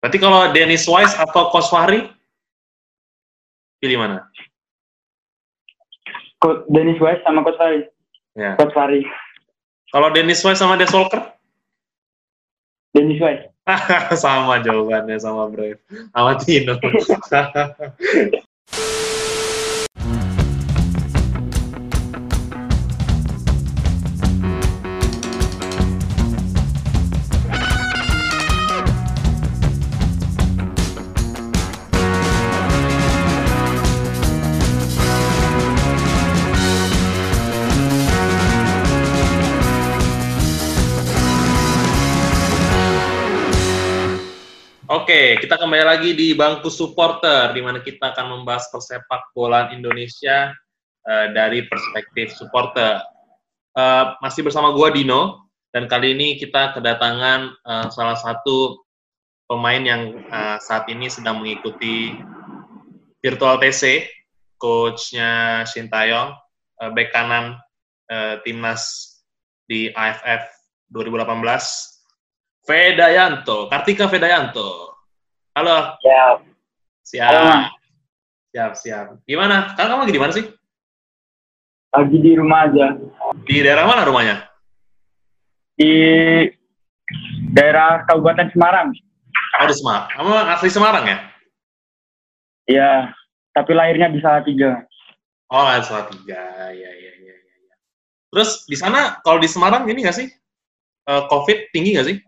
Berarti kalau Dennis Wise atau Coach Fahri, pilih mana? Dennis Wise sama Coach Fahri. Ya. Coach Fahri. Kalau Dennis Wise sama Des Walker? Dennis Wise. Sama jawabannya, sama Brave. Sama Tino. Oke, kita kembali lagi di Bangku Supporter, di mana kita akan membahas persepak bolaan Indonesia dari perspektif supporter. Masih bersama gua Dino, dan kali ini kita kedatangan salah satu pemain yang saat ini sedang mengikuti virtual TC, coachnya Sintayong, bek kanan timnas di AFF 2018. Fedayanto, Kartika Fedayanto. Halo. Siap. Siap. Halo, Siap. Gimana? Sekarang kamu lagi di mana sih? lagi di rumah aja. Di daerah mana rumahnya? Di daerah Kabupaten Semarang. Oh, di Semarang. Kamu asli Semarang ya? Iya, tapi lahirnya di Salatiga. Oh, asli Salatiga. Ya. Terus di sana, kalau di Semarang ini nggak sih? COVID tinggi nggak sih?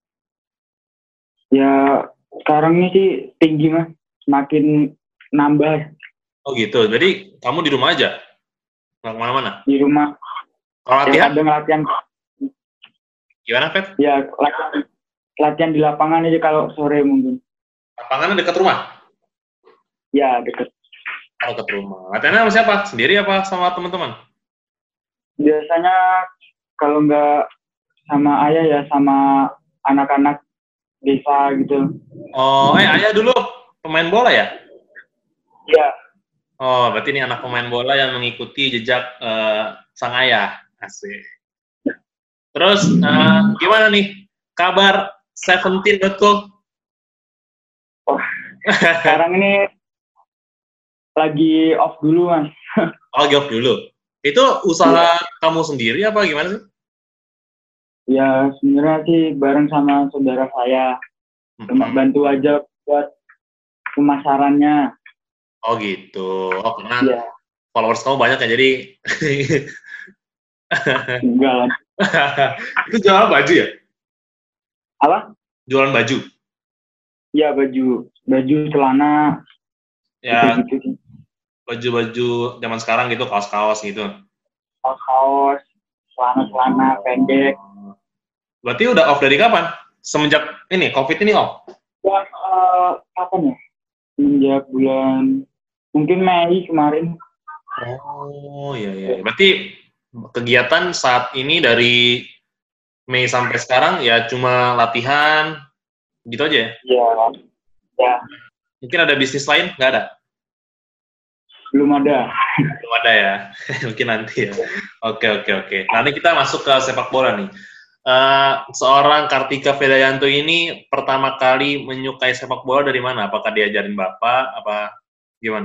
Ya, sekarang ini sih tinggi, Mas. Semakin nambah. Oh gitu. Jadi kamu di rumah aja? Nggak kemana-mana? Di rumah. Kalau latihan? Ada latihan. Gimana, Pet? Ya, latihan di lapangan aja kalau sore mungkin. Lapangannya dekat rumah? Ya, deket. Oh, dekat rumah. Latihannya sama siapa? Sendiri apa sama teman-teman? Biasanya kalau nggak sama ayah ya sama anak-anak desa gitu. Oh, ayah dulu pemain bola ya? Iya. Oh, berarti ini anak pemain bola yang mengikuti jejak sang ayah. Asik. Terus, gimana nih kabar Seventeen.co? Oh, sekarang ini lagi off dulu, Mas. Oh, lagi off dulu. Itu usaha kamu sendiri apa gimana sih? Ya, sebenarnya sih bareng sama saudara saya. Cuma bantu aja buat pemasarannya. Oh gitu. Oh, karena Ya. followers kamu banyak ya, jadi Enggak lah. itu jualan baju ya? Apa? Jualan baju? Ya, baju celana. Ya, Gitu. baju-baju zaman sekarang gitu, kaos-kaos gitu. Kaos, celana pendek. Berarti udah off dari kapan? Semenjak ini, COVID ini off? Ya, kapan ya? Semenjak bulan, mungkin Mei kemarin. Oh, iya. Berarti kegiatan saat ini dari Mei sampai sekarang ya cuma latihan, gitu aja ya? Ya. Mungkin ada bisnis lain? Nggak ada? Belum ada. Belum ada ya? Mungkin nanti ya. Oke. Nanti kita masuk ke sepak bola nih. Seorang Kartika Fedayanto ini pertama kali menyukai sepak bola dari mana? Apakah diajarin bapak? Apa gimana?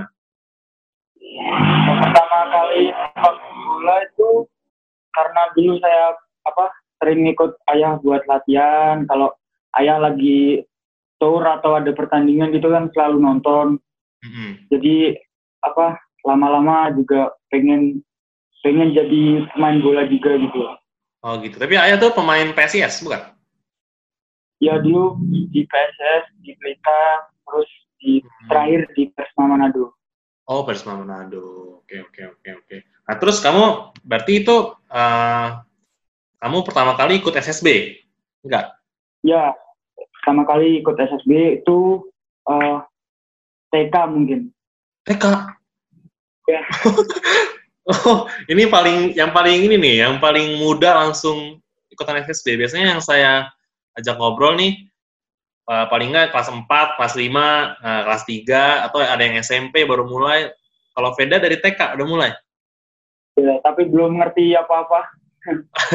Pertama kali sepak bola itu karena dulu saya sering ikut ayah buat latihan. Kalau ayah lagi tour atau ada pertandingan gitu kan selalu nonton. Jadi lama-lama juga pengen jadi pemain bola juga gitu. Oh gitu. Tapi ayah tuh pemain PSIS bukan? Ya dulu di PSS, di Pelita, terus terakhir di Persema Manado. Oh, Persema Manado. Oke. Nah, terus kamu berarti itu kamu pertama kali ikut SSB? Enggak? Ya, pertama kali ikut SSB itu TK mungkin. TK? Ya. Oh, ini yang paling muda langsung ikutan SSB. Biasanya yang saya ajak ngobrol nih, paling nggak kelas 4, kelas 5, kelas 3, atau ada yang SMP baru mulai. Kalau Veda dari TK udah mulai? Ya, tapi belum ngerti apa-apa.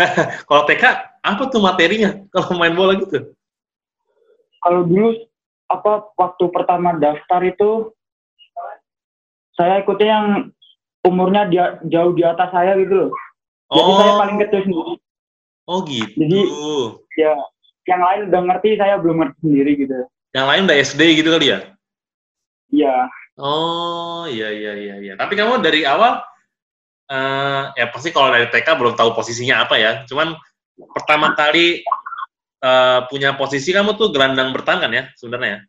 Kalau TK, apa tuh materinya kalau main bola gitu? Kalau dulu waktu pertama daftar itu saya ikutnya yang umurnya jauh di atas saya gitu loh. Jadi saya paling kecil sendiri. Oh gitu. Jadi ya yang lain udah ngerti, saya belum ngerti sendiri gitu. Yang lain udah SD gitu kali ya? Iya. Oh iya. Tapi kamu dari awal ya pasti kalau dari TK belum tahu posisinya apa ya. Cuman pertama kali punya posisi kamu tuh gelandang bertahan kan ya sebenarnya?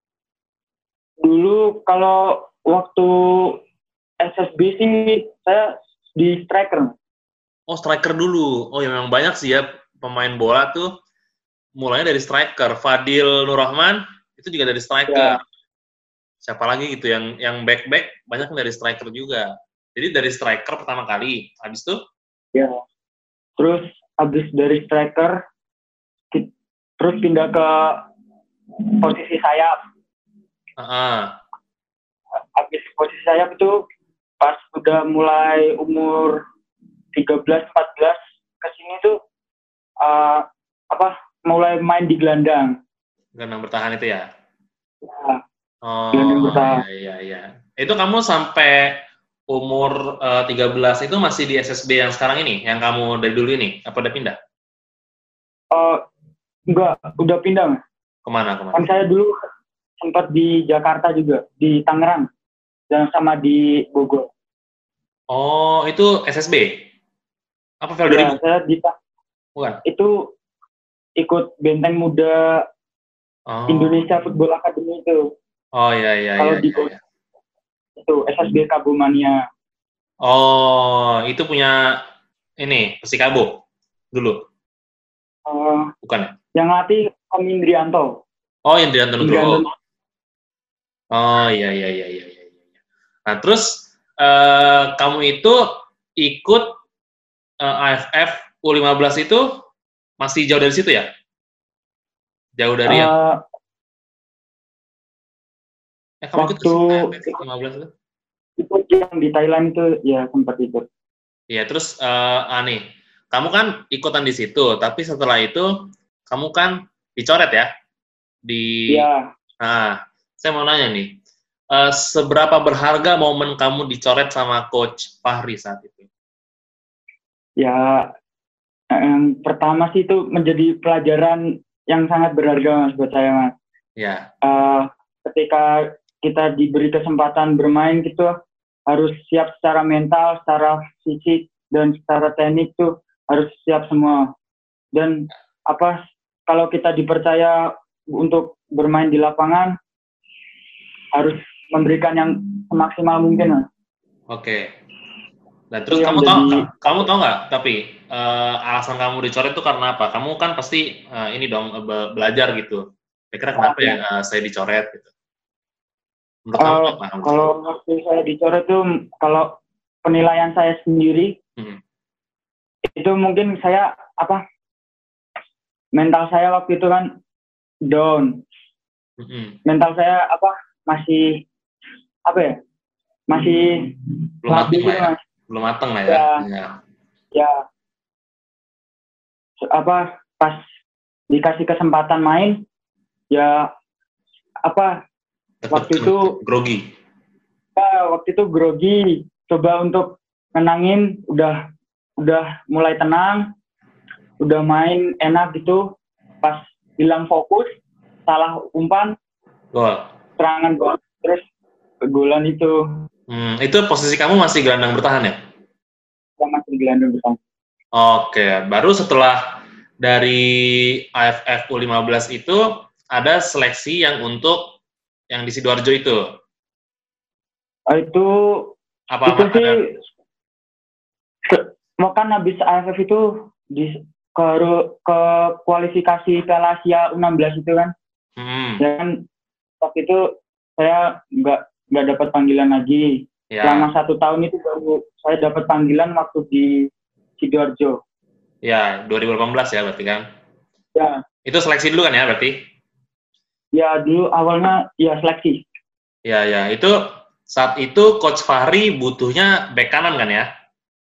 Dulu kalau waktu SSB sih saya di striker. Oh striker dulu. Oh ya memang banyak sih ya pemain bola tuh mulainya dari striker. Fadil Nurrahman itu juga dari striker. Ya. Siapa lagi gitu yang back banyak dari striker juga. Jadi dari striker pertama kali. Habis itu? Ya. Terus habis dari striker terus pindah ke posisi sayap. Habis posisi sayap itu pas udah mulai umur 13-14 ke sini tuh mulai main di gelandang. Gelandang bertahan itu ya? Ya. Oh iya. Itu kamu sampai umur 13 itu masih di SSB yang sekarang ini, yang kamu dari dulu ini, apa udah pindah? Enggak, udah pindah Mas. Kemana? Kan saya dulu sempat di Jakarta juga, di Tangerang, dan sama di Bogor. Oh, itu SSB? Apa Vel 2000? Ya, saya Bukan? itu ikut Benteng Muda Indonesia Football Academy itu. Oh iya. Kalau di itu SSB Kabumania. Oh, itu punya ini Persikabo dulu? Bukan ya? Yang latih Om Indrianto. Oh, Indrianto Nugroho. Oh iya. Nah terus kamu itu ikut AFF U15 itu masih jauh dari situ ya? Jauh dari yang kamu ikut AFF 15 itu? Itu yang di Thailand itu ya sempat ikut. Iya, terus nih, kamu kan ikutan di situ, tapi setelah itu kamu kan dicoret ya? Iya. Nah, saya mau nanya nih, seberapa berharga momen kamu dicoret sama Coach Fahri saat itu? Ya, yang pertama sih itu menjadi pelajaran yang sangat berharga Mas buat saya Mas. Ya. Ketika kita diberi kesempatan bermain gitu harus siap secara mental, secara fisik dan secara teknik tuh harus siap semua. Dan kalau kita dipercaya untuk bermain di lapangan harus memberikan yang semaksimal mungkin Mas. Oke. Nah terus kamu tahu nggak? Tapi alasan kamu dicoret itu karena apa? Kamu kan pasti ini dong belajar gitu. Kira-kira kenapa ya saya dicoret gitu? Menurut kamu apa? Kalau waktu saya dicoret tuh kalau penilaian saya sendiri itu mungkin saya mental saya waktu itu kan down. Mental saya masih masih belum mateng lah ya. Belum mateng lah ya. Ya. Pas dikasih kesempatan main ya waktu itu grogi. Ya, waktu itu grogi, coba untuk menangin, udah mulai tenang, udah main enak gitu, pas hilang fokus, salah umpan, gol, serangan gol, terus kegolan itu. Itu posisi kamu masih gelandang bertahan ya? Ya, masih gelandang bertahan. Oke, baru setelah dari AFF U15 itu ada seleksi yang untuk yang di Sidoarjo itu. Itu sih kan habis AFF itu ke kualifikasi Piala Asia U16 itu kan. Dan waktu itu saya nggak dapat panggilan lagi. Selama 1 tahun itu baru saya dapat panggilan waktu di Sidoarjo. Ya, 2018 ya berarti kan? Ya. Itu seleksi dulu kan ya berarti? Ya, dulu awalnya ya seleksi. Ya, itu saat itu Coach Fahri butuhnya bek kanan kan ya?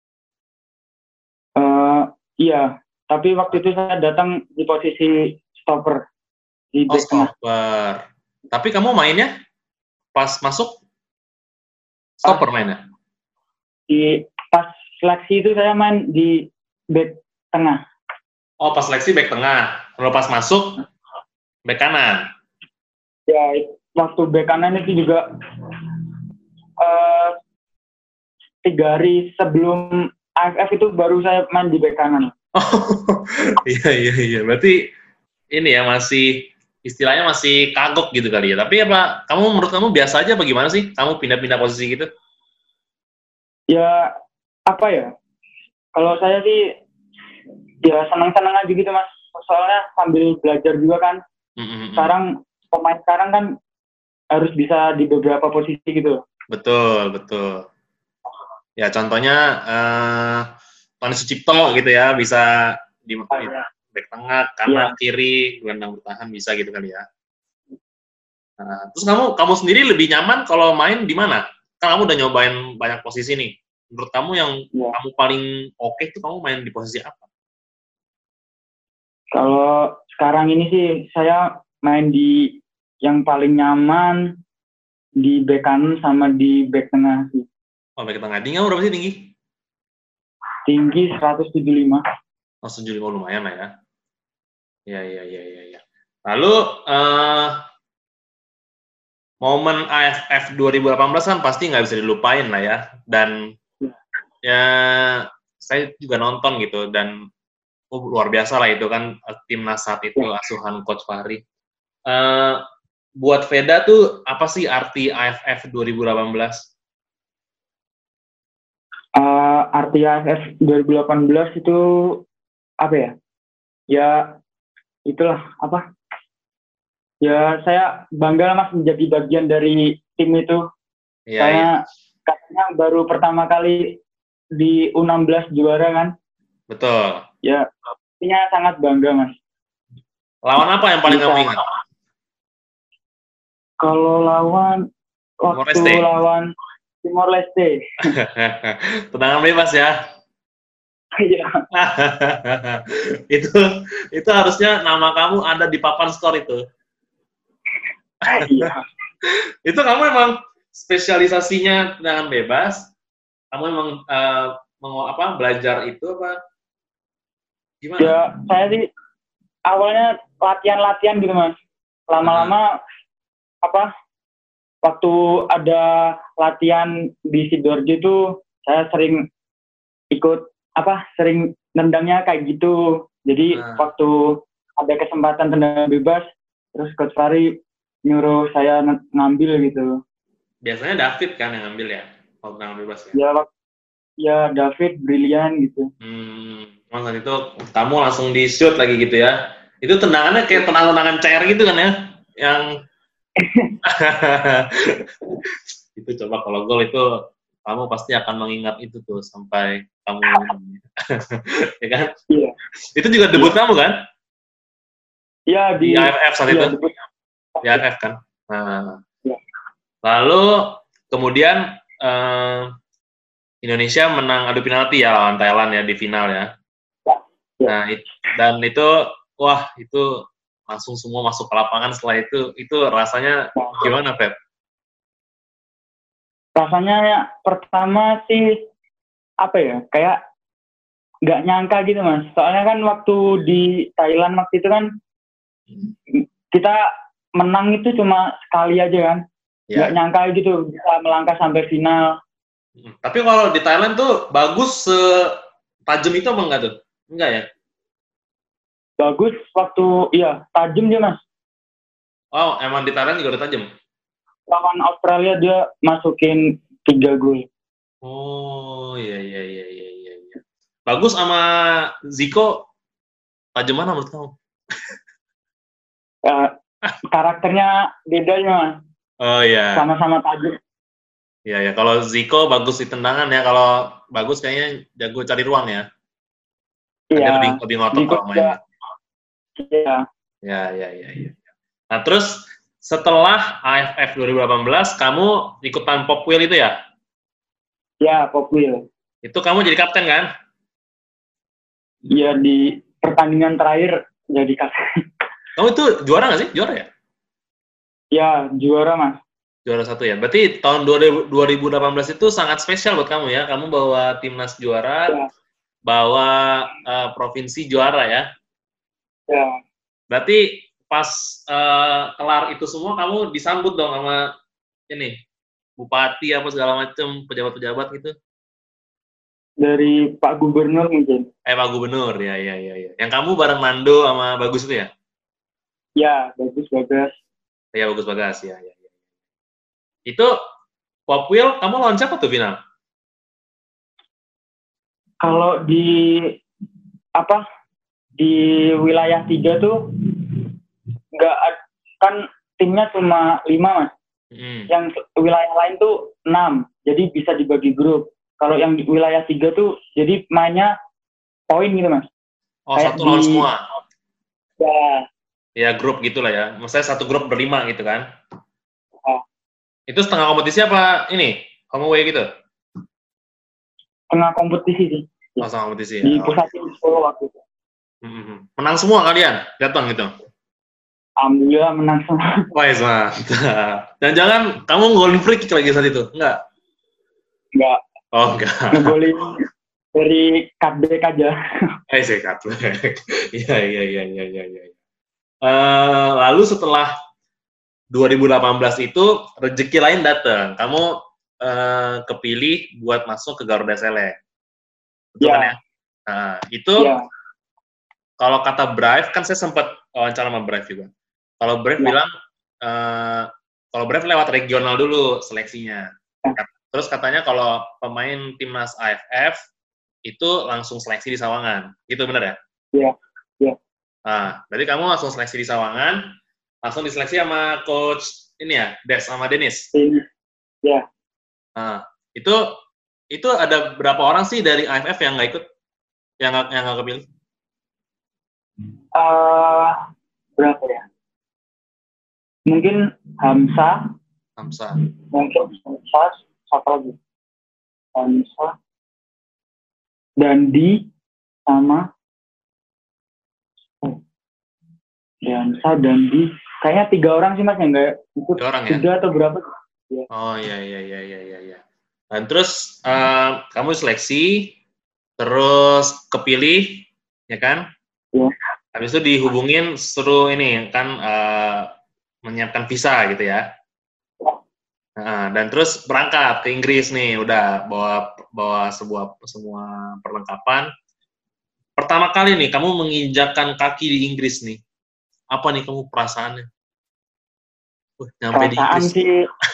Iya, tapi waktu itu saya datang di posisi stopper. Stopper. Tapi kamu mainnya pas masuk Pas stopper mainnya. pas seleksi itu saya main di back tengah. Oh, pas seleksi back tengah. Kalau pas masuk back kanan. Ya, waktu back kanan itu juga eh, 3 hari sebelum AFF itu baru saya main di back kanan. Oh, iya iya iya. Berarti ini ya masih istilahnya masih kagok gitu kali ya. Tapi apa menurut kamu biasa aja bagaimana sih? Kamu pindah-pindah posisi gitu? Ya, apa ya? Kalau saya sih ya senang-senang aja gitu Mas. Soalnya sambil belajar juga kan. Sekarang pemain sekarang kan harus bisa di beberapa posisi gitu. Betul, betul. Ya contohnya Tony Sucipto gitu ya, bisa di back tengah, kanan, kiri, gelandang bertahan bisa gitu kali ya. Nah, terus kamu sendiri lebih nyaman kalau main di mana? Kan kamu udah nyobain banyak posisi nih. Menurut kamu yang kamu paling oke tuh kamu main di posisi apa? Kalau sekarang ini sih saya main di yang paling nyaman di back kanan sama di back tengah sih. Oh, back tengah. Tinggi kamu berapa sih tinggi? Tinggi 175. Oh, 175 lumayan lah ya. Iya, iya, iya, iya. Ya. Lalu, momen AFF 2018 kan pasti nggak bisa dilupain lah ya. Dan ya saya juga nonton gitu dan luar biasa lah itu kan timnas saat itu asuhan Coach Fahri. Buat Veda tuh apa sih arti AFF 2018? Arti AFF 2018 itu apa ya? Ya itulah apa? Ya saya bangga Mas menjadi bagian dari tim itu. Ya, Karena katanya baru pertama kali di U16 juara kan. Betul. Ya, artinya sangat bangga Mas. Lawan apa yang paling kamu ingat? Kalau lawan waktu lawan Timor Leste. Tendangan bebas ya. Iya. itu harusnya nama kamu ada di papan skor itu. Iya. Itu kamu emang spesialisasinya tendangan bebas? Kamu emang belajar itu apa? Gimana? Ya, saya sih awalnya latihan-latihan gitu Mas. Lama-lama waktu ada latihan di Sidoarjo itu saya sering ikut sering nendangnya kayak gitu. Jadi waktu ada kesempatan tendangan bebas, terus Coach Fahri nyuruh saya ngambil gitu. Biasanya David kan yang ngambil ya, kalau tendangan bebas ya? Ya David brilian gitu. Saat itu kamu langsung di shoot lagi gitu ya. Itu tendangannya kayak tendangan cair gitu kan ya, yang itu coba kalau gol itu kamu pasti akan mengingat itu tuh sampai kamu ya kan? Iya. Itu juga debut kamu kan? Iya di AFF saat itu. Debut. Di AFF kan. Nah. Ya. Lalu kemudian Indonesia menang adu penalti ya lawan Thailand ya di final ya. Nah, dan itu wah itu langsung semua masuk ke lapangan setelah itu rasanya gimana, Pep? Rasanya pertama sih kayak nggak nyangka gitu Mas. Soalnya kan waktu di Thailand waktu itu kan kita menang itu cuma sekali aja kan. Nggak nyangka gitu bisa melangkah sampai final. Tapi kalau di Thailand tuh bagus setajam itu apa enggak tuh? Enggak ya? Bagus waktu tajam dia Mas. Oh, emang di Thailand juga udah tajam? Lawan Australia dia masukin 3 gol. Oh, iya. Bagus sama Zico, tajam mana menurut kamu? Karakternya beda ya Mas. Oh iya. Sama-sama tajam. Iya. Kalau Zico bagus di tendangan ya, kalau bagus kayaknya jago cari ruang ya. Dia lebih ngotot kalau mainnya. Iya. Ya. Nah, terus setelah AFF 2018, kamu ikutan Popwheel itu ya? Ya, Popwheel. Itu kamu jadi kapten kan? Iya, di pertandingan terakhir jadi kapten. Kamu itu juara nggak sih? Juara ya? Ya, juara Mas. Juara 1 ya. Berarti tahun 2018 itu sangat spesial buat kamu ya. Kamu bawa timnas juara, Ya, bawa provinsi juara ya. ya. Berarti pas kelar itu semua kamu disambut dong sama ini bupati apa segala macam, pejabat-pejabat gitu. Dari Pak Gubernur mungkin. Pak Gubernur ya ya ya ya. Yang kamu bareng Mando sama Bagus itu ya? Ya, bagus bagus. Ya Bagus Bagas ya ya. Ya. Itu Popwil kamu lawan siapa tuh final? Kalau di apa di wilayah 3 tuh nggak kan timnya cuma 5 Mas. Yang wilayah lain tuh 6, jadi bisa dibagi grup. Kalau yang di wilayah 3 tuh jadi mainnya poin gitu Mas. Oh, kayak satu lawan semua. Ya. Ya grup gitulah ya. Maksudnya satu grup berlima gitu kan. Oh. Itu setengah kompetisi apa ini? Home away gitu? Setengah kompetisi sih. Oh, setengah kompetisi ya. Di pusat di Solo waktu itu. Menang semua kalian? Datang gitu? Alhamdulillah menang semua. Wah, mantap. Dan jangan kamu ngolin free kick lagi saat itu? Enggak? Enggak. Oh, enggak. Ngegolin dari cutback aja. Saya cutback. Iya. Lalu setelah 2018 itu rezeki lain datang. Kamu kepilih buat masuk ke Garuda Select. Betul kan ya? Nah, itu kalau kata Brave, kan saya sempat wawancara sama Brave juga. Kalau Brave bilang, kalau Brave lewat regional dulu seleksinya. Terus katanya kalau pemain timnas AFF itu langsung seleksi di Sawangan. Gitu benar ya? Iya. Nah, berarti kamu langsung seleksi di Sawangan, langsung diseleksi sama coach ini ya, Des sama Denis. Iya. Nah, itu ada berapa orang sih dari AFF yang nggak ikut, yang nggak kepilih? Berapa ya? Mungkin Hamzah. Mungkin Hamzah, siapa lagi? Hamzah, Dandi, sama Hamzah, Dandi. Kayaknya 3 orang sih Mas yang nggak ikut. 3 atau berapa? Ya. Oh iya. Dan terus kamu seleksi, terus kepilih, ya kan? Iya. Habis itu dihubungin suruh ini kan menyiapkan visa gitu ya. Dan terus berangkat ke Inggris nih, udah bawa semua perlengkapan. Pertama kali nih kamu menginjakkan kaki di Inggris nih, apa nih kamu perasaannya? Nyampe di Inggris sih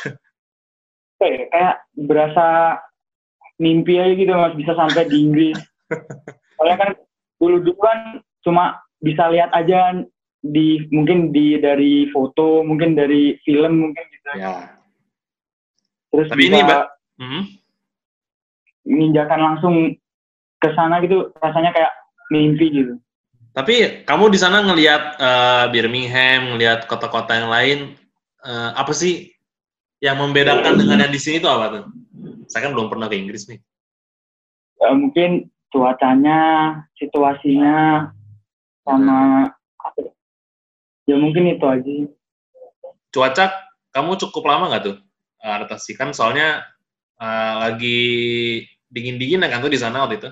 kayak berasa mimpi aja gitu Mas, bisa sampai di Inggris. Soalnya kan dulu kan cuma bisa lihat aja mungkin dari foto, mungkin dari film mungkin gitu. Ya. Terus tapi bisa ini menginjakan langsung ke sana gitu, rasanya kayak mimpi gitu. Tapi kamu di sana ngelihat Birmingham, ngelihat kota-kota yang lain, apa sih yang membedakan dengan yang di sini itu apa tuh? Saya kan belum pernah ke Inggris nih. Mungkin cuacanya, situasinya, sama ya mungkin itu aja. Cuaca kamu cukup lama nggak tuh adaptasi? Kan soalnya lagi dingin-dingin kan tuh di sana waktu itu?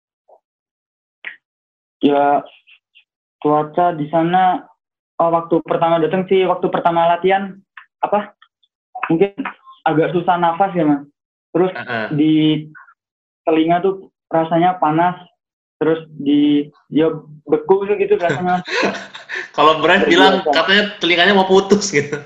Ya cuaca di sana waktu pertama datang sih, waktu pertama latihan mungkin agak susah nafas ya Mas. Terus di telinga tuh rasanya panas, terus beku gitu rasanya. Kalau Brand bilang katanya telinganya mau putus gitu.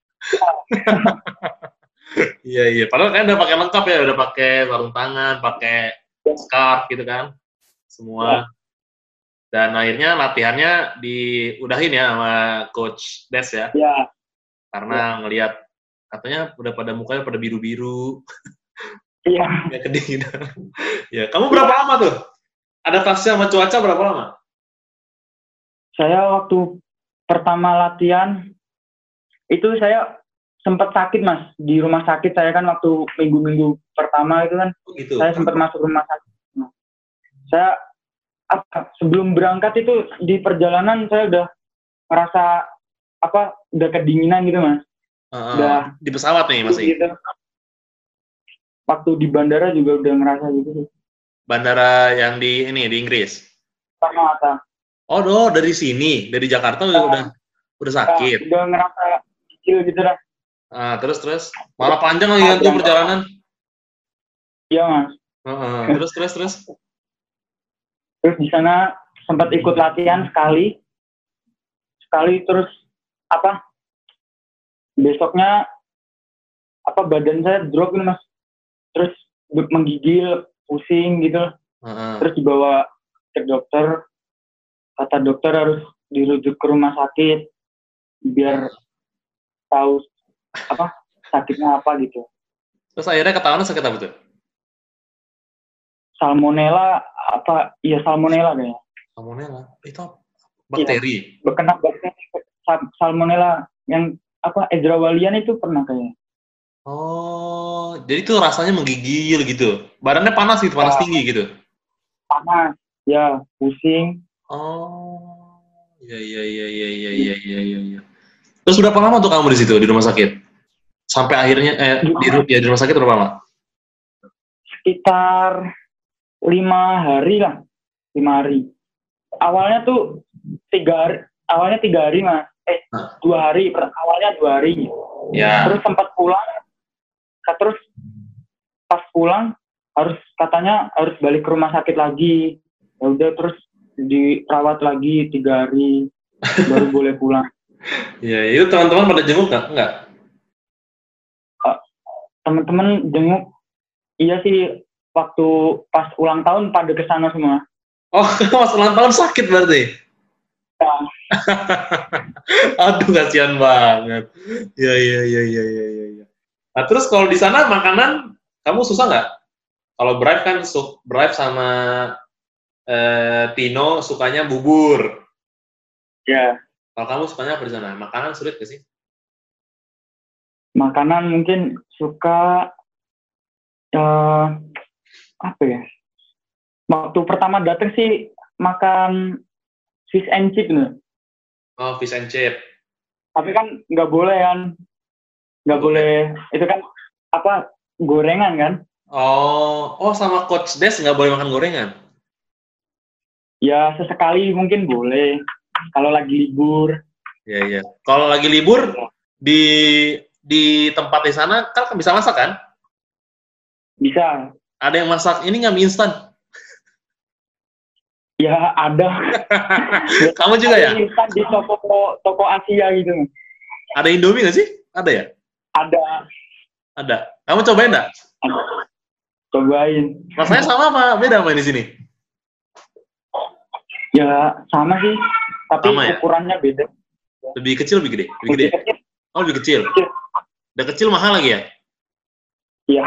Iya. Padahal kan udah pakai lengkap ya, udah pakai sarung tangan, pakai scarf gitu kan, semua. Dan akhirnya latihannya diudahin ya sama Coach Des ya. Iya. Karena ngelihat katanya udah pada mukanya pada biru-biru. Iya. Ya kedinginan. Ya, kamu berapa lama tuh? Adaptasi sama cuaca berapa lama? Saya waktu pertama latihan itu saya sempat sakit Mas, di rumah sakit. Saya kan waktu minggu-minggu pertama itu kan gitu. Saya sempat masuk rumah sakit. Saya sebelum berangkat itu di perjalanan saya udah ngerasa udah kedinginan gitu Mas. Udah di pesawat nih masih. gitu. Waktu di bandara juga udah ngerasa gitu. Bandara yang di Inggris. Sama Ata. Oh, dari sini, dari Jakarta udah sakit. Udah ngerasa kecil gitu lah. Terus malah panjang lagi kan tuh perjalanan. Iya, Mas. Terus. Terus di sana sempat ikut latihan sekali terus besoknya badan saya drop gitu, Mas. Terus menggigil, pusing gitu. Terus dibawa ke dokter. Kata dokter harus dirujuk ke rumah sakit biar tahu sakitnya apa gitu. Terus akhirnya ketahuan sakit apa tuh? Salmonella salmonella kayaknya. Salmonella itu bakteri. Iya, kena bakteri salmonella yang Ejrawalian itu pernah kayaknya. Oh, jadi itu rasanya menggigil gitu. Badannya panas gitu, panas tinggi gitu. Panas, ya, pusing. Oh, iya. Terus berapa lama tuh kamu di situ di rumah sakit? Sampai akhirnya di rumah sakit berapa lama? Sekitar 5 hari lah. 5 hari. Awalnya tuh 3 hari, Mas. 2 hari. Awalnya 2 hari. Ya. Terus sempat pulang. Terus pas pulang katanya harus balik ke rumah sakit lagi. Ya udah, terus dirawat lagi 3 hari baru boleh pulang. Iya, itu teman-teman pada jenguk nggak? Enggak. Teman-teman jenguk. Iya sih, waktu pas ulang tahun pada kesana semua. Oh, pas ulang tahun sakit berarti? Ya. Aduh, kasihan banget. Iya. Nah, terus kalau di sana makanan, kamu susah nggak? Kalau Bright sama Tino sukanya bubur. Ya. Kalau kamu sukanya apa di sana? Makanan sulit nggak sih? Makanan mungkin suka Waktu pertama datang sih makan fish and chip nih. Oh, fish and chip. Tapi kan nggak boleh kan? Nggak boleh. Itu kan gorengan kan? Oh, sama Coach Des nggak boleh makan gorengan? Ya, sesekali mungkin boleh. Kalau lagi libur. Iya. Kalau lagi libur, di tempat di sana kan bisa masak kan? Bisa. Ada yang masak, ini nggak mie instan? Ya, ada. Kamu juga ya? Mie instan di toko Asia gitu. Ada Indomie nggak sih? Ada ya? Ada. Kamu cobain nggak? Cobain. Rasanya sama apa? Beda apa di sini? Ya, sama sih. Tapi sama, ya? Ukurannya beda. Lebih kecil, lebih gede? Lebih gede. Oh, lebih kecil. Udah kecil mahal lagi ya? Iya.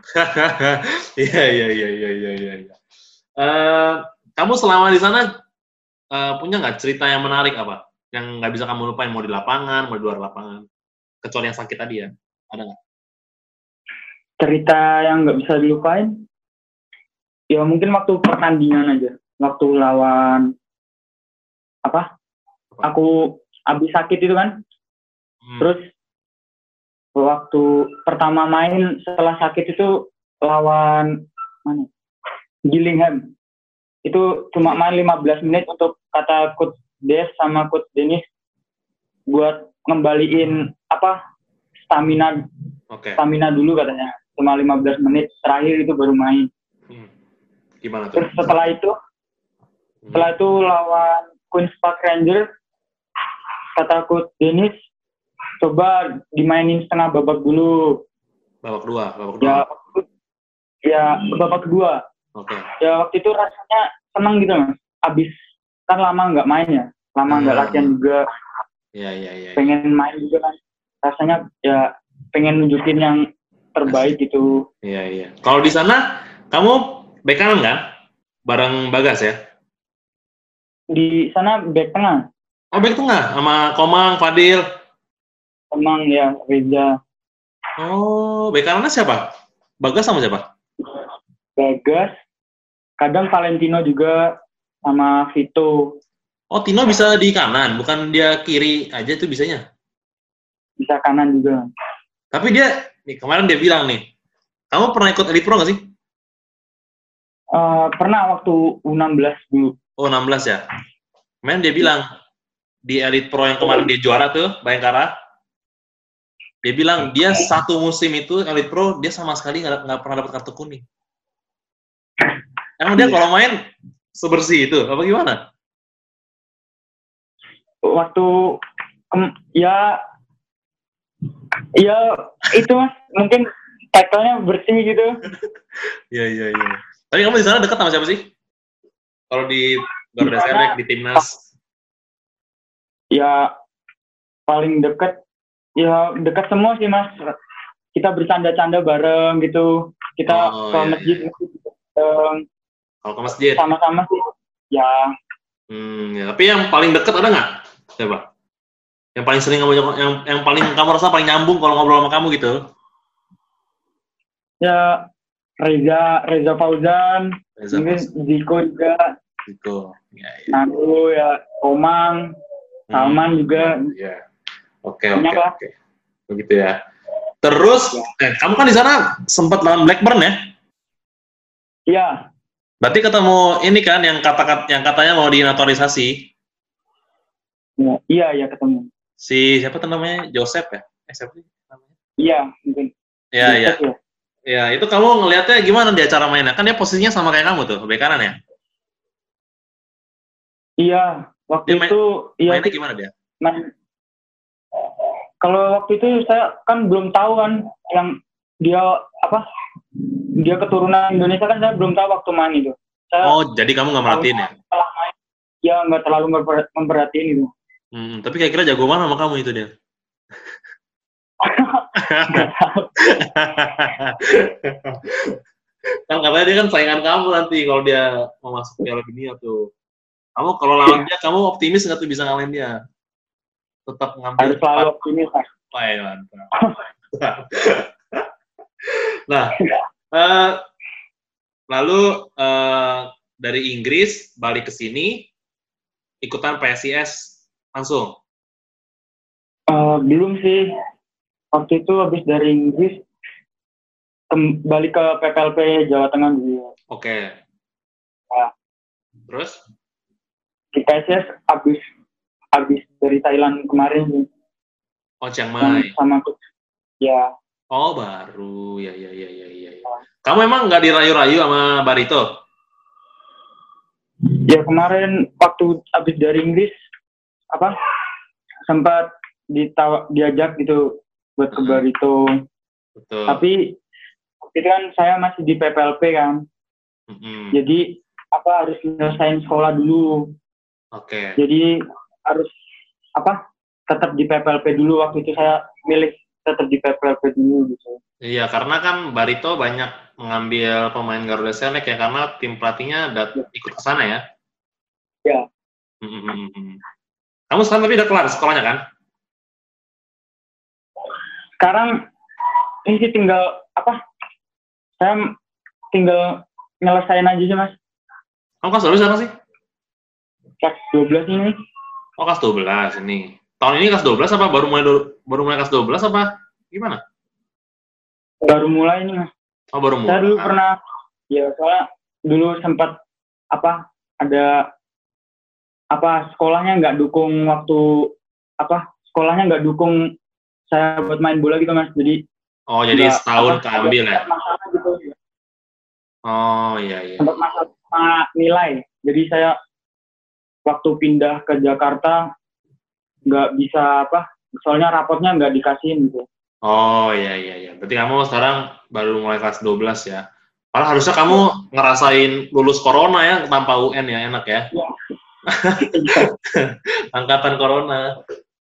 Iya. Kamu selama di sana punya nggak cerita yang menarik apa? Yang nggak bisa kamu lupain, mau di lapangan, mau di luar lapangan? Kecuali yang sakit tadi ya? Ada nggak? Cerita yang nggak bisa dilupain? Ya mungkin waktu pertandingan aja. Waktu lawan aku habis sakit itu kan. Terus waktu pertama main setelah sakit itu lawan Gillingham. Itu cuma main 15 menit untuk kata Coach Des sama Coach Dennis buat ngembaliin stamina. Okay. Stamina dulu katanya. Cuma 15 menit terakhir itu baru main. Gimana tuh? Terus setelah itu lawan Queen's Park Rangers, kata Coach Dennis, coba dimainin setengah babak dulu. Babak kedua? Ya, babak kedua. Okay. Ya, waktu itu rasanya senang gitu, Mas. Abis, kan lama nggak main ya. Lama nggak latihan juga. Iya. Pengen main juga kan. Rasanya ya pengen nunjukin yang terbaik gitu. Iya. Kalau di sana, kamu bek kanan kan? Bareng Bagas ya? Di sana bek tengah. Oh, bek tengah? Sama Komang, Fadil? Komang ya, Reza. Oh, bek kanannya siapa? Bagas sama siapa? Bagas. Kadang Valentino juga sama Vito. Oh, Tino bisa di kanan, bukan dia kiri aja tuh bisanya? bisa kanan juga. Tapi dia, nih kemarin dia bilang nih, kamu pernah ikut Elite Pro nggak sih? Pernah waktu U16 dulu. Oh, 16 ya? Kemarin dia bilang, di Elite Pro yang kemarin dia juara tuh, Bayangkara, dia bilang dia satu musim itu Elite Pro, dia sama sekali nggak pernah dapat kartu kuning. Emang dia kalau main sebersih itu, apa gimana? Waktu ya itu Mas, mungkin tackle-nya bersih gitu. Iya. Tapi kamu di sana dekat sama siapa sih? Kalau di Garuda Select, di Timnas? Ya paling dekat semua sih Mas. Kita bercanda-canda bareng gitu. Kita ke masjid bareng. Kalau ke masjid? Sama-sama sih. Ya. Ya. Tapi yang paling dekat ada nggak? Siapa? Yang paling sering kamu yang paling kamu rasa paling nyambung kalau ngobrol sama kamu gitu? Ya Reza Fauzan, mungkin Ziko juga. Ziko. Ya. Naru ya, Komang, Salman juga. Iya. Oke. Begitu ya. Terus, kamu kan di sana sempat lawan Blackburn ya? Iya. Berarti ketemu ini kan yang katanya mau dinaturalisasi? Iya ketemu. Si siapa tuh namanya? Joseph ya? Siapa sih namanya? Iya, mungkin. Iya. Ya, itu kamu ngelihatnya gimana dia cara mainnya? Kan dia posisinya sama kayak kamu tuh, bek kanan ya? Iya, waktu itu mainnya gimana dia? Kalau waktu itu saya kan belum tahu kan yang dia dia keturunan Indonesia kan saya belum tahu waktu main itu. Jadi kamu nggak merhatiin ya? Ya nggak terlalu memperhatiin itu. Tapi kira-kira jago mana sama kamu itu dia? Kan katanya dia kan saingan kamu nanti kalau dia mau masuk Piala Dunia tuh. Kamu kalau lawan dia, kamu optimis nggak tuh bisa ngalahin dia? Tetap ngambil harus selalu optimis. Mantap. Nah, lalu dari Inggris balik ke sini ikutan PSIS langsung? Belum sih. Waktu itu habis dari Inggris kembali ke PPLP Jawa Tengah dulu. Oke. Nah, terus? Di PSIS habis dari Thailand kemarin. Chiang Mai. Sama ya. Oh, baru. Ya. Kamu emang nggak dirayu-rayu sama Barito? Ya kemarin waktu habis dari Inggris sempat diajak gitu buat ke Barito. Betul. Tapi itu kan saya masih di PPLP kan. Jadi harus menyelesaikan sekolah dulu. Oke. Jadi harus tetap di PPLP dulu. Waktu itu saya milih tetap di PPLP dulu gitu. Iya, karena kan Barito banyak mengambil pemain Garuda Select ya, karena tim pelatihnya ikut ke sana ya. Ya. Kamu sekarang tapi udah kelar sekolahnya kan? Sekarang ini sih tinggal saya tinggal nyelesain aja sih Mas. Kamu kelas 12 apa sih? Kelas 12 ini. Oh, kelas 12 ini. Tahun ini kelas 12 apa baru mulai kelas 12 apa gimana? Baru mulai ini Mas. Oh, baru mulai. Saya dulu pernah soalnya dulu sempat ada sekolahnya nggak dukung sekolahnya nggak dukung saya buat main bola gitu Mas. Jadi setahun keambil ya? Gitu. Oh, iya. Sempat masalah nilai. Jadi saya waktu pindah ke Jakarta nggak bisa soalnya rapotnya nggak dikasihin gitu. Oh, iya. Berarti kamu sekarang baru mulai kelas 12 ya? Malah harusnya kamu ngerasain lulus corona ya, tanpa UN ya, enak ya? Angkatan corona.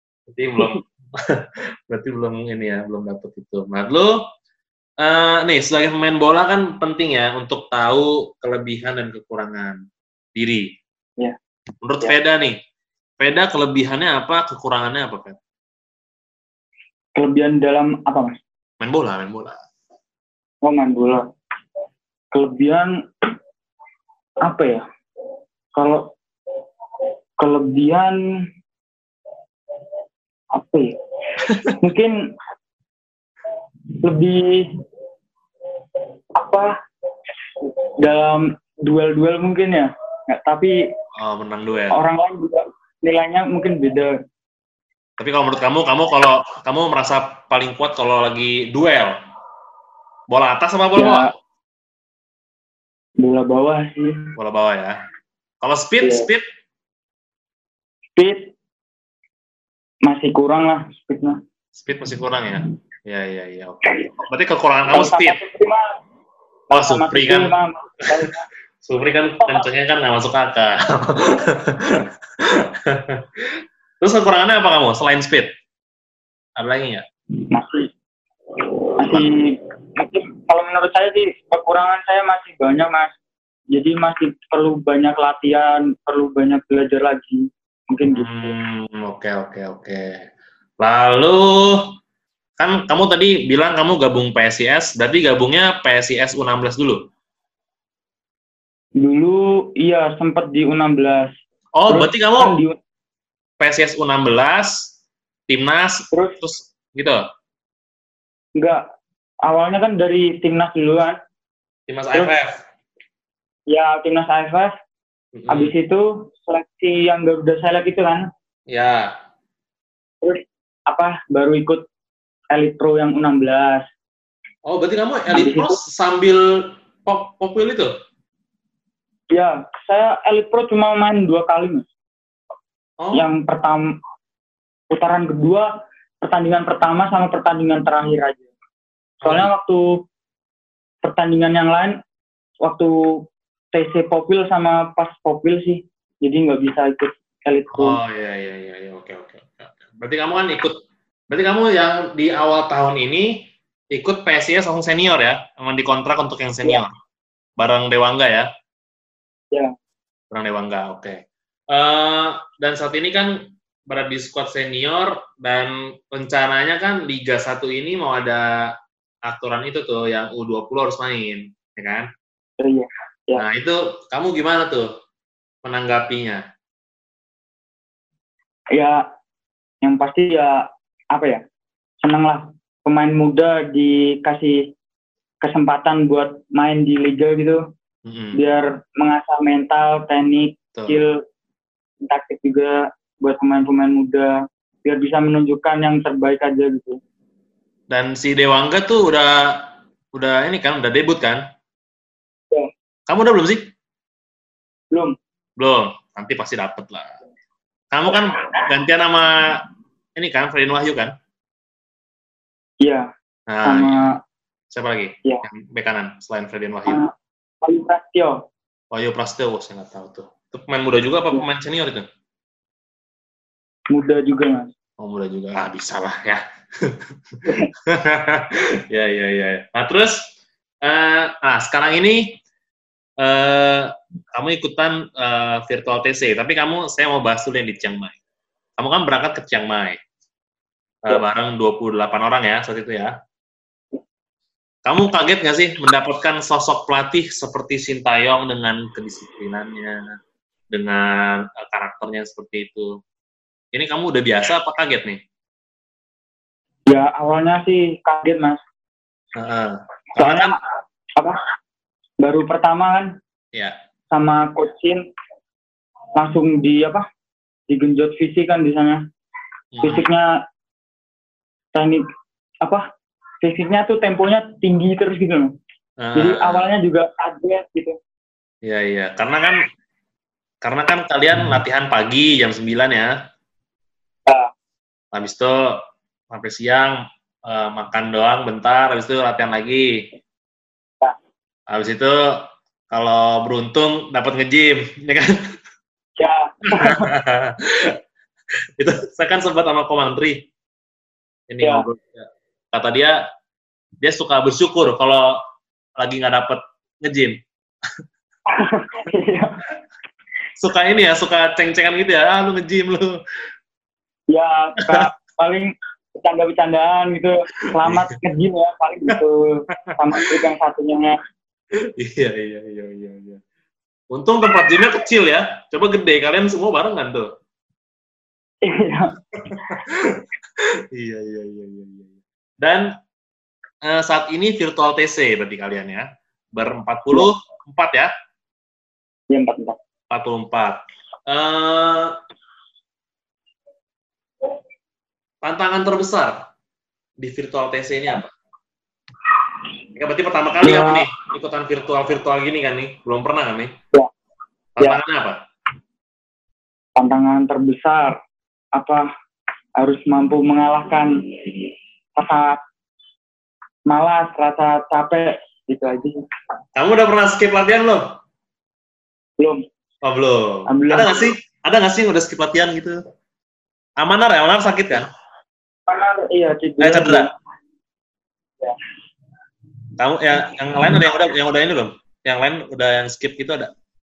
Berarti belum ini ya, belum dapet itu. Nah, lu nih sebagai pemain bola kan penting ya untuk tahu kelebihan dan kekurangan diri. Ya. Menurut Veda nih, Veda kelebihannya apa, kekurangannya apa, Veda? Kelebihan dalam apa Mas? Main bola. Oh, main bola. Kelebihan apa ya? Kalau kelebihan apa ya? Mungkin lebih apa dalam duel-duel mungkin ya. Nggak, tapi menang duel. orang lain juga nilainya mungkin beda. Tapi kalau menurut kamu kalau kamu merasa paling kuat kalau lagi duel, bola atas sama bola Ya, bawah? bola bawah sih. Bola bawah ya. Kalau speed, Iya. Speed masih kurang lah speednya. Speed masih kurang ya? Iya, oke. Berarti kekurangan kamu speed. Oh, Supri kan. Supri kan kencengnya kan nggak masuk akal. Terus kekurangannya apa kamu selain speed? Ada lagi nggak? Masih mungkin kalau menurut saya sih kekurangan saya masih banyak, Mas. Jadi masih perlu banyak latihan, perlu banyak belajar lagi. Mungkin gitu. Oke. Lalu kan kamu tadi bilang kamu gabung PSIS, berarti gabungnya PSIS U16 dulu? Dulu iya sempat di U16. Oh, Terus berarti kamu kan PSIS U16, Timnas, terus gitu? Enggak. Awalnya kan dari Timnas duluan. Timnas AFF? Ya, Timnas AFF. Habis itu seleksi yang Garuda Select itu kan. Ya. Terus baru ikut Elite Pro yang U16. Oh, berarti kamu Elite Pro sambil Popwil itu? Ya, saya Elite Pro cuma main 2 kali, Mas. Oh. Yang pertama, putaran kedua, pertandingan pertama sama pertandingan terakhir aja. Soalnya waktu pertandingan yang lain, waktu TC Popwil sama pas Popwil sih, jadi nggak bisa ikut Elite Pro. Oh iya, oke. Berarti kamu kan berarti kamu yang di awal tahun ini ikut PSIS langsung senior ya? Emang dikontrak untuk yang senior? Ya. Bareng Dewangga ya? Ya. Bareng Dewangga, oke. Dan saat ini kan berada di squad senior, dan rencananya kan Liga 1 ini mau ada aturan itu tuh, yang U20 harus main, ya kan? Iya. Ya. Nah, itu kamu gimana tuh menanggapinya? Ya, yang pasti ya, senang lah. Pemain muda dikasih kesempatan buat main di Liga gitu, biar mengasah mental, teknik, skill, taktik juga buat pemain-pemain muda, biar bisa menunjukkan yang terbaik aja gitu. Dan si Dewangga tuh udah ini kan, udah debut kan? Ya. Kamu udah belum sih? Belum. Nanti pasti dapet lah. Kamu kan gantian sama ini kan, Fredin Wahyu kan? Iya. Nah, sama siapa lagi? Ya. Yang bek kanan selain Fredin Wahyu? Wahyu Prasetyo. Wahyu Prasetyo, saya nggak tahu tuh. Itu pemain muda juga apa pemain senior itu? Muda juga, Mas. Oh, muda juga. Bisa lah ya. Ya. Nah, terus sekarang ini kamu ikutan virtual TC, tapi saya mau bahas dulu yang di Chiang Mai. Kamu kan berangkat ke Chiang Mai bareng 28 orang ya saat itu ya. Kamu kaget nggak sih mendapatkan sosok pelatih seperti Sintayong dengan kedisiplinannya, dengan karakternya seperti itu? Ini kamu udah biasa apa kaget nih? Ya, awalnya sih kaget, Mas. Soalnya kan, baru pertama kan, ya. Sama Coach Shin langsung digenjot fisik kan di sana. Fisiknya teknik fisiknya tuh temponya tinggi terus gitu. Jadi awalnya juga kaget gitu. Iya. Karena kan kalian latihan pagi jam 9 ya. Habis itu sampai siang makan doang bentar, habis itu latihan lagi. Habis itu kalau beruntung dapat nge-gym, ya kan? Ya. Itu saya kan sempat sama Komandri. Ini ngobrol. Kata dia suka bersyukur kalau lagi nggak dapat nge-gym. Suka ini ya, suka ceng-cengan gitu ya, lu nge-gym lu. Ya, paling bercanda-bercandaan gitu. Selamat nge-gym ya, paling gitu. Sama trik yang satunya. Iya. Untung tempat gymnya kecil ya. Coba gede, kalian semua barengan tuh. Iya. Iya, iya, iya, iya, iya. Dan saat ini virtual TC berarti kalian ya. Ber-44 ya? Iya, 44. 44. Eh, tantangan terbesar di virtual TC ini apa? Ya, berarti pertama kali kamu Ya, nih ikutan virtual gini kan nih? Belum pernah kan nih? ya, ya, Tantangannya apa? tantangan terbesar apa harus mampu mengalahkan rasa malas, rasa capek gitu aja sih. Kamu udah pernah skip latihan belum? Belum. Oh, belum. Alhamdulillah. Ada nggak sih? Ada nggak sih yang udah skip latihan gitu? Amanar ya? Amanar sakit kan? Karena iya cedera. Cedera. Ya. Kamu ya, yang lain ada yang udah ini belum? Yang lain udah yang skip gitu ada?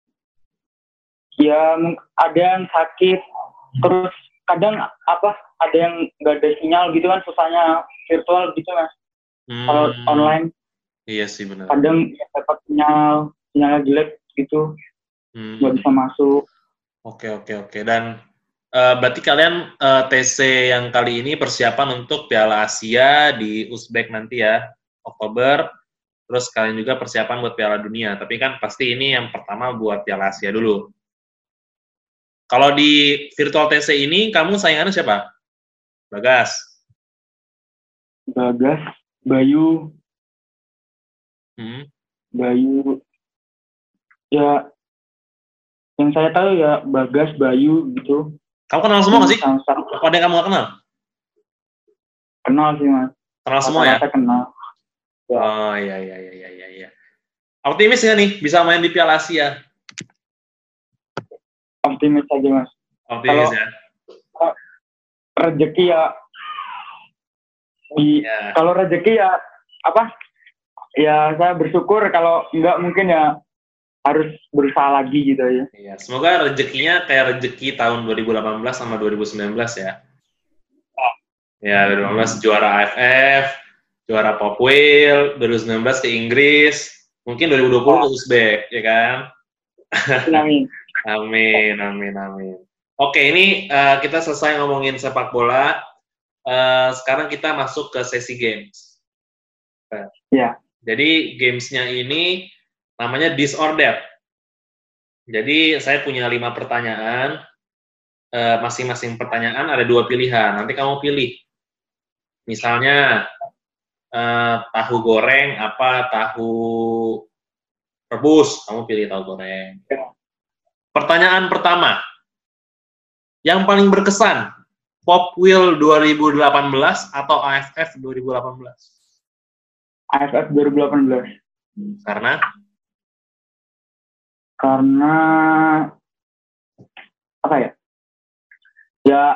Ya, ada yang sakit, terus kadang apa ada yang nggak ada sinyal gitu kan, susahnya virtual gitu mas. Kalau online Iya sih benar. kadang dapat sinyalnya jelek gitu, nggak bisa masuk. Oke. Dan berarti kalian TC yang kali ini persiapan untuk Piala Asia di Uzbek nanti ya, Oktober. Terus kalian juga persiapan buat Piala Dunia. Tapi kan pasti ini yang pertama buat Piala Asia dulu. Kalau di virtual TC ini, kamu saingannya siapa? Bagas. Bagas, Bayu, Bayu. Ya, yang saya tahu ya Bagas, Bayu gitu. Kamu kenal semua nggak sih? Sama-sama. Apa ada yang kamu nggak kenal? Kenal sih mas. Kenal semua ya? Saya kenal. Ya. Oh iya. Optimis nggak nih bisa main di Piala Asia? Optimis aja mas. Optimis ya? Rezeki ya. Kalau rezeki ya apa? Ya saya bersyukur, kalau enggak mungkin ya harus berusaha lagi gitu ya. Iya, semoga rezekinya kayak rezeki tahun 2018 sama 2019 ya. Ya, 2018 juara AFF, juara Popwheel, 2019 ke Inggris, mungkin 2020 ke Uzbek, ya kan? Amin. Amin. Oke, ini kita selesai ngomongin sepak bola. Sekarang kita masuk ke sesi games. Ya. Jadi gamesnya ini namanya Disorder. Jadi saya punya 5 pertanyaan. Masing-masing pertanyaan ada 2 pilihan. Nanti kamu pilih. Misalnya tahu goreng apa tahu rebus. Kamu pilih tahu goreng. Pertanyaan pertama. Yang paling berkesan, Popwheel 2018 atau AFF 2018? AFF 2018. Karena apa ya? Ya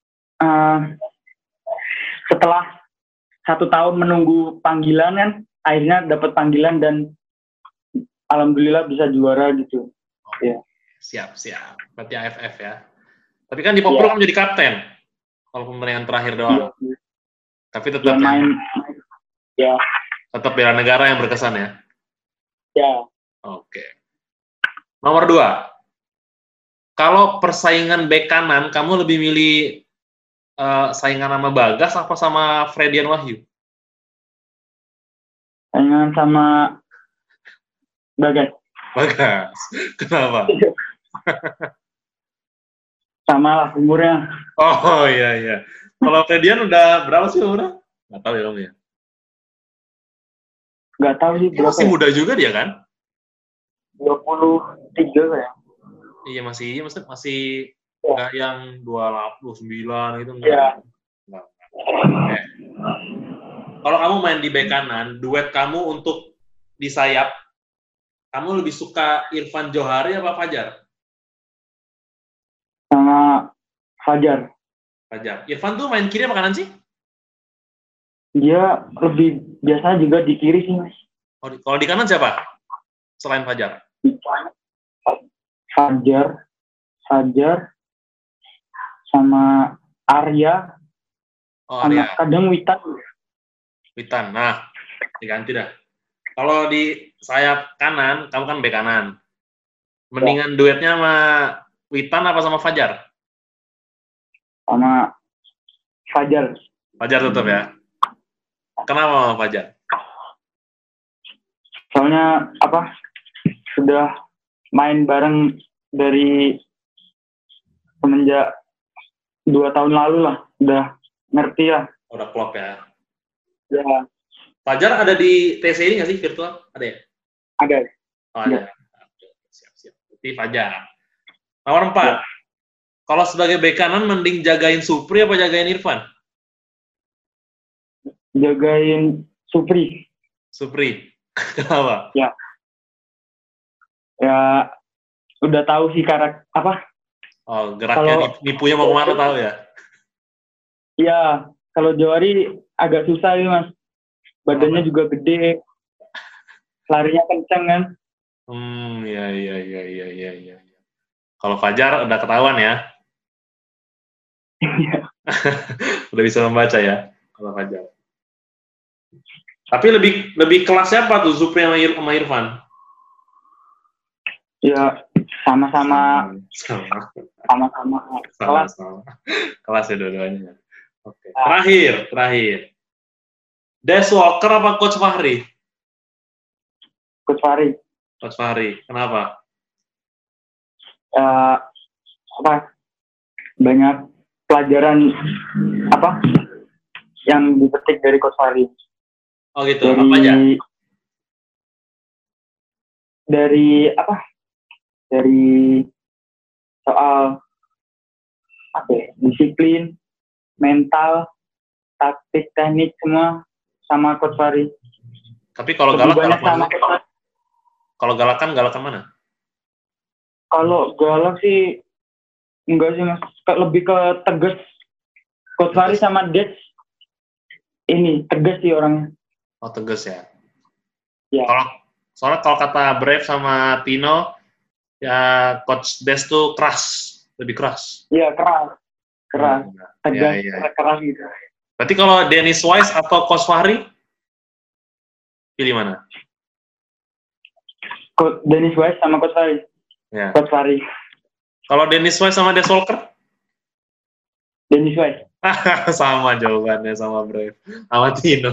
setelah 1 tahun menunggu panggilan kan, akhirnya dapat panggilan dan alhamdulillah bisa juara gitu. Ya. Siap. Berarti AFF ya. Tapi kan di Popwheel kamu jadi kapten. Kalau pemilihan terakhir doang. Ya. Tapi tetap ya. Tetap bela negara yang berkesan ya. Ya. Oke. Nomor 2. Kalau persaingan bek kanan, kamu lebih milih saingan sama Bagas apa sama Fredian Wahyu? Saingan sama Bagas. Kenapa? Sama lah umurnya. Oh iya. Kalau Fredian udah berapa sih umurnya? Nggak tahu ya kamu ya? Nggak tahu sih berapa. Masih muda juga dia kan? 23 kayak. Iya masih nggak yang 29 gitu. Iya. Okay. Kalau kamu main di bek kanan, duet kamu untuk di sayap, kamu lebih suka Irfan Johari apa Fajar? Sama Fajar. Irfan tuh main kiri apa kanan sih? Dia lebih biasanya juga di kiri sih mas. Kalau di kanan siapa? Selain Fajar? Fajar sama Arya. Arya. Kadang Witan. Nah, diganti dah. Kalau di sayap kanan, kamu kan bek kanan. Mendingan duetnya sama Witan apa sama Fajar? Sama Fajar. Fajar tetap ya. Kenapa sama Fajar? Soalnya apa? Sudah main bareng dari semenjak 2 tahun lalu lah. Udah ngerti lah. Udah klop ya. Ya, Fajar ada di TC ini nggak sih virtual? Ada ya? ada. Oh, ada. Siap-siap. Berarti Fajar. Nomor 4. Ya. Kalau sebagai bek kanan mending jagain Supri apa jagain Irfan? Jagain Supri. Supri. Kenapa? Ya, udah tahu sih karakter apa? Oh, geraknya nipunya mau kemana tahu ya? Ya, kalau Johari agak susah ya Mas. Badannya juga gede, larinya kenceng kan? Iya. Kalau Fajar udah ketahuan ya? Udah bisa membaca ya, kalau Fajar. Tapi lebih kelas siapa tuh, Supri sama Irfan? Ya, sama-sama kelas. Kelas ya dua-duanya. Oke. Terakhir. Des Walker apa Coach Fahri? Coach Fahri. Coach Fahri. Kenapa? Apa? Banyak pelajaran apa yang dipetik dari Coach Fahri. Oh gitu. Apa aja? Dari apa? Dari soal apa ya? Disiplin, mental, taktik, teknik semua sama Coach Fahri. Tapi kalau galak mana? Kalau galakan mana? Kalau galak sih enggak sih Mas, lebih ke tegas. Coach Fahri sama Des ini tegas sih orangnya. Oh, tegas ya. Ya. Soalnya kalau kata Brave sama Tino, ya Coach Des tuh lebih keras. Iya, keras. Tegas, keras gitu. Berarti kalau Dennis Wise atau Coach Fahri, pilih mana? Dennis Wise sama Coach Fahri. Ya. Coach Fahri. Kalau Dennis Wise sama Des Walker? Dennis Wise. Sama jawabannya sama Brave, sama Tino.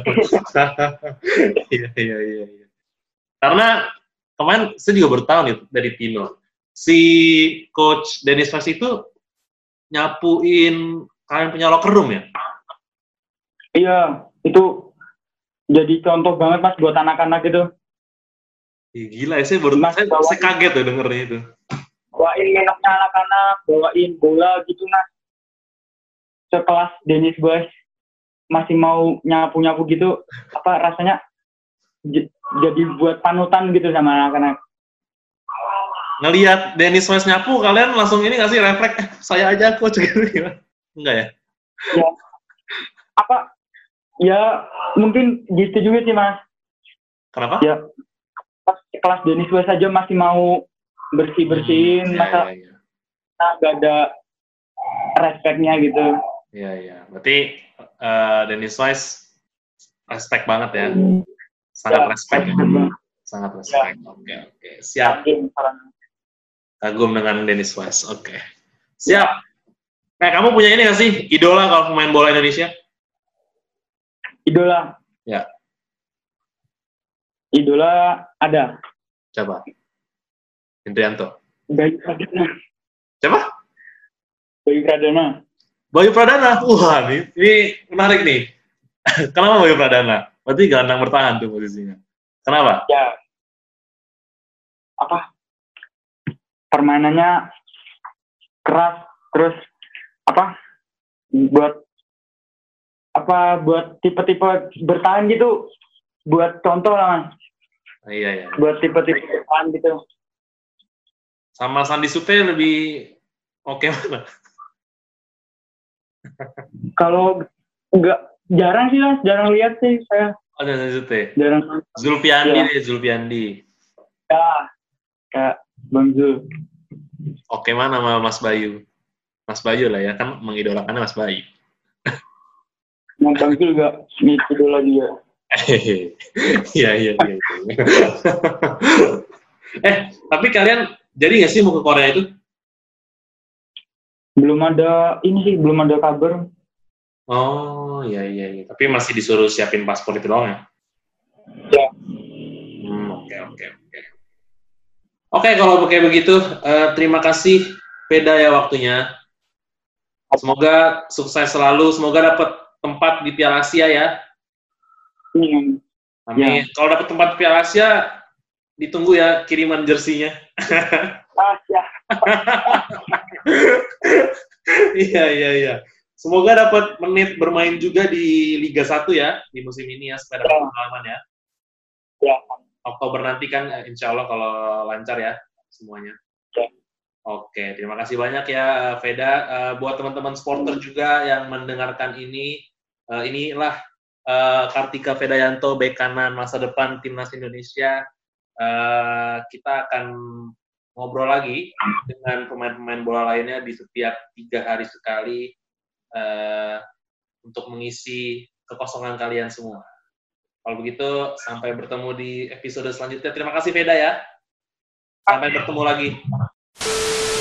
Iya. Karena kemarin saya juga baru tahu nih dari Tino. Si Coach Dennis Wise itu nyapuin kalian punya locker room ya? Iya, itu jadi contoh banget Mas buat anak-anak itu. Gila ya, saya kaget tuh dengernya itu. Bawain minumnya anak-anak, bawain bola gitu Mas. Sekelas Dennis Wise masih mau nyapu-nyapu gitu, apa rasanya jadi buat panutan gitu sama anak-anak. Ngelihat Dennis Wise nyapu, kalian langsung ini nggak sih refleks, saya aja coach gitu gimana? Enggak ya? Ya, apa? Ya mungkin gitu juga sih Mas. Kenapa? Ya, pas kelas Dennis Wise aja masih mau bersih-bersihin, masa nggak ada respectnya gitu. Iya. Berarti Dennis Wise respect banget ya. Sangat respect. Sangat respect. Oke. Siap. Kagum dengan Dennis Wise. Oke. Siap. Kamu punya ini nggak sih? Idola kalau pemain bola Indonesia? Idola? Ya. Idola ada. Coba. Indrianto. Bayu Pradana. Siapa? Bayu Pradana. Wah, ini menarik nih. Kenapa Bayu Pradana? Berarti gelandang bertahan tuh posisinya. Kenapa? Ya. Apa? Permainannya keras, terus buat tipe-tipe bertahan gitu, buat contoh lah Mas. Iya. Buat tipe-tipe bertahan gitu. Sama Sandi Sute lebih oke mana? Kalau jarang sih Mas, jarang lihat sih saya. Ada Sandi Sute. Jarang. Zulfiandi. Ya, Bang Zul. Oke mana sama Mas Bayu? Mas Bayu lah ya, kan mengidolakannya Mas Bayu. Bang Zul juga idola juga. Iya. Tapi kalian jadi nggak sih mau ke Korea itu? Belum ada kabar. Oh, iya, iya, iya. Tapi masih disuruh siapin paspor itu doang ya? Ya. Oke, oke, oke. Oke, kalau kayak begitu, terima kasih Veda ya waktunya. Semoga sukses selalu, semoga dapat tempat di Piala Asia ya. Amin. Ya. Kalau dapat tempat di Piala Asia, ditunggu ya kiriman jersinya. Ya. Iya, iya, iya. Semoga dapat menit bermain juga di Liga 1 ya, di musim ini ya, supaya dapat pengalaman ya. Ya. Oktober nanti kan, insya Allah kalau lancar ya semuanya. Ya. Oke, terima kasih banyak ya Veda. Buat teman-teman supporter juga yang mendengarkan ini, inilah Kartika Vedayanto, bek kanan masa depan Timnas Indonesia. Kita akan ngobrol lagi dengan pemain-pemain bola lainnya di setiap 3 hari sekali untuk mengisi kekosongan kalian semua. Kalau begitu, sampai bertemu di episode selanjutnya. Terima kasih Veda ya. Sampai bertemu lagi.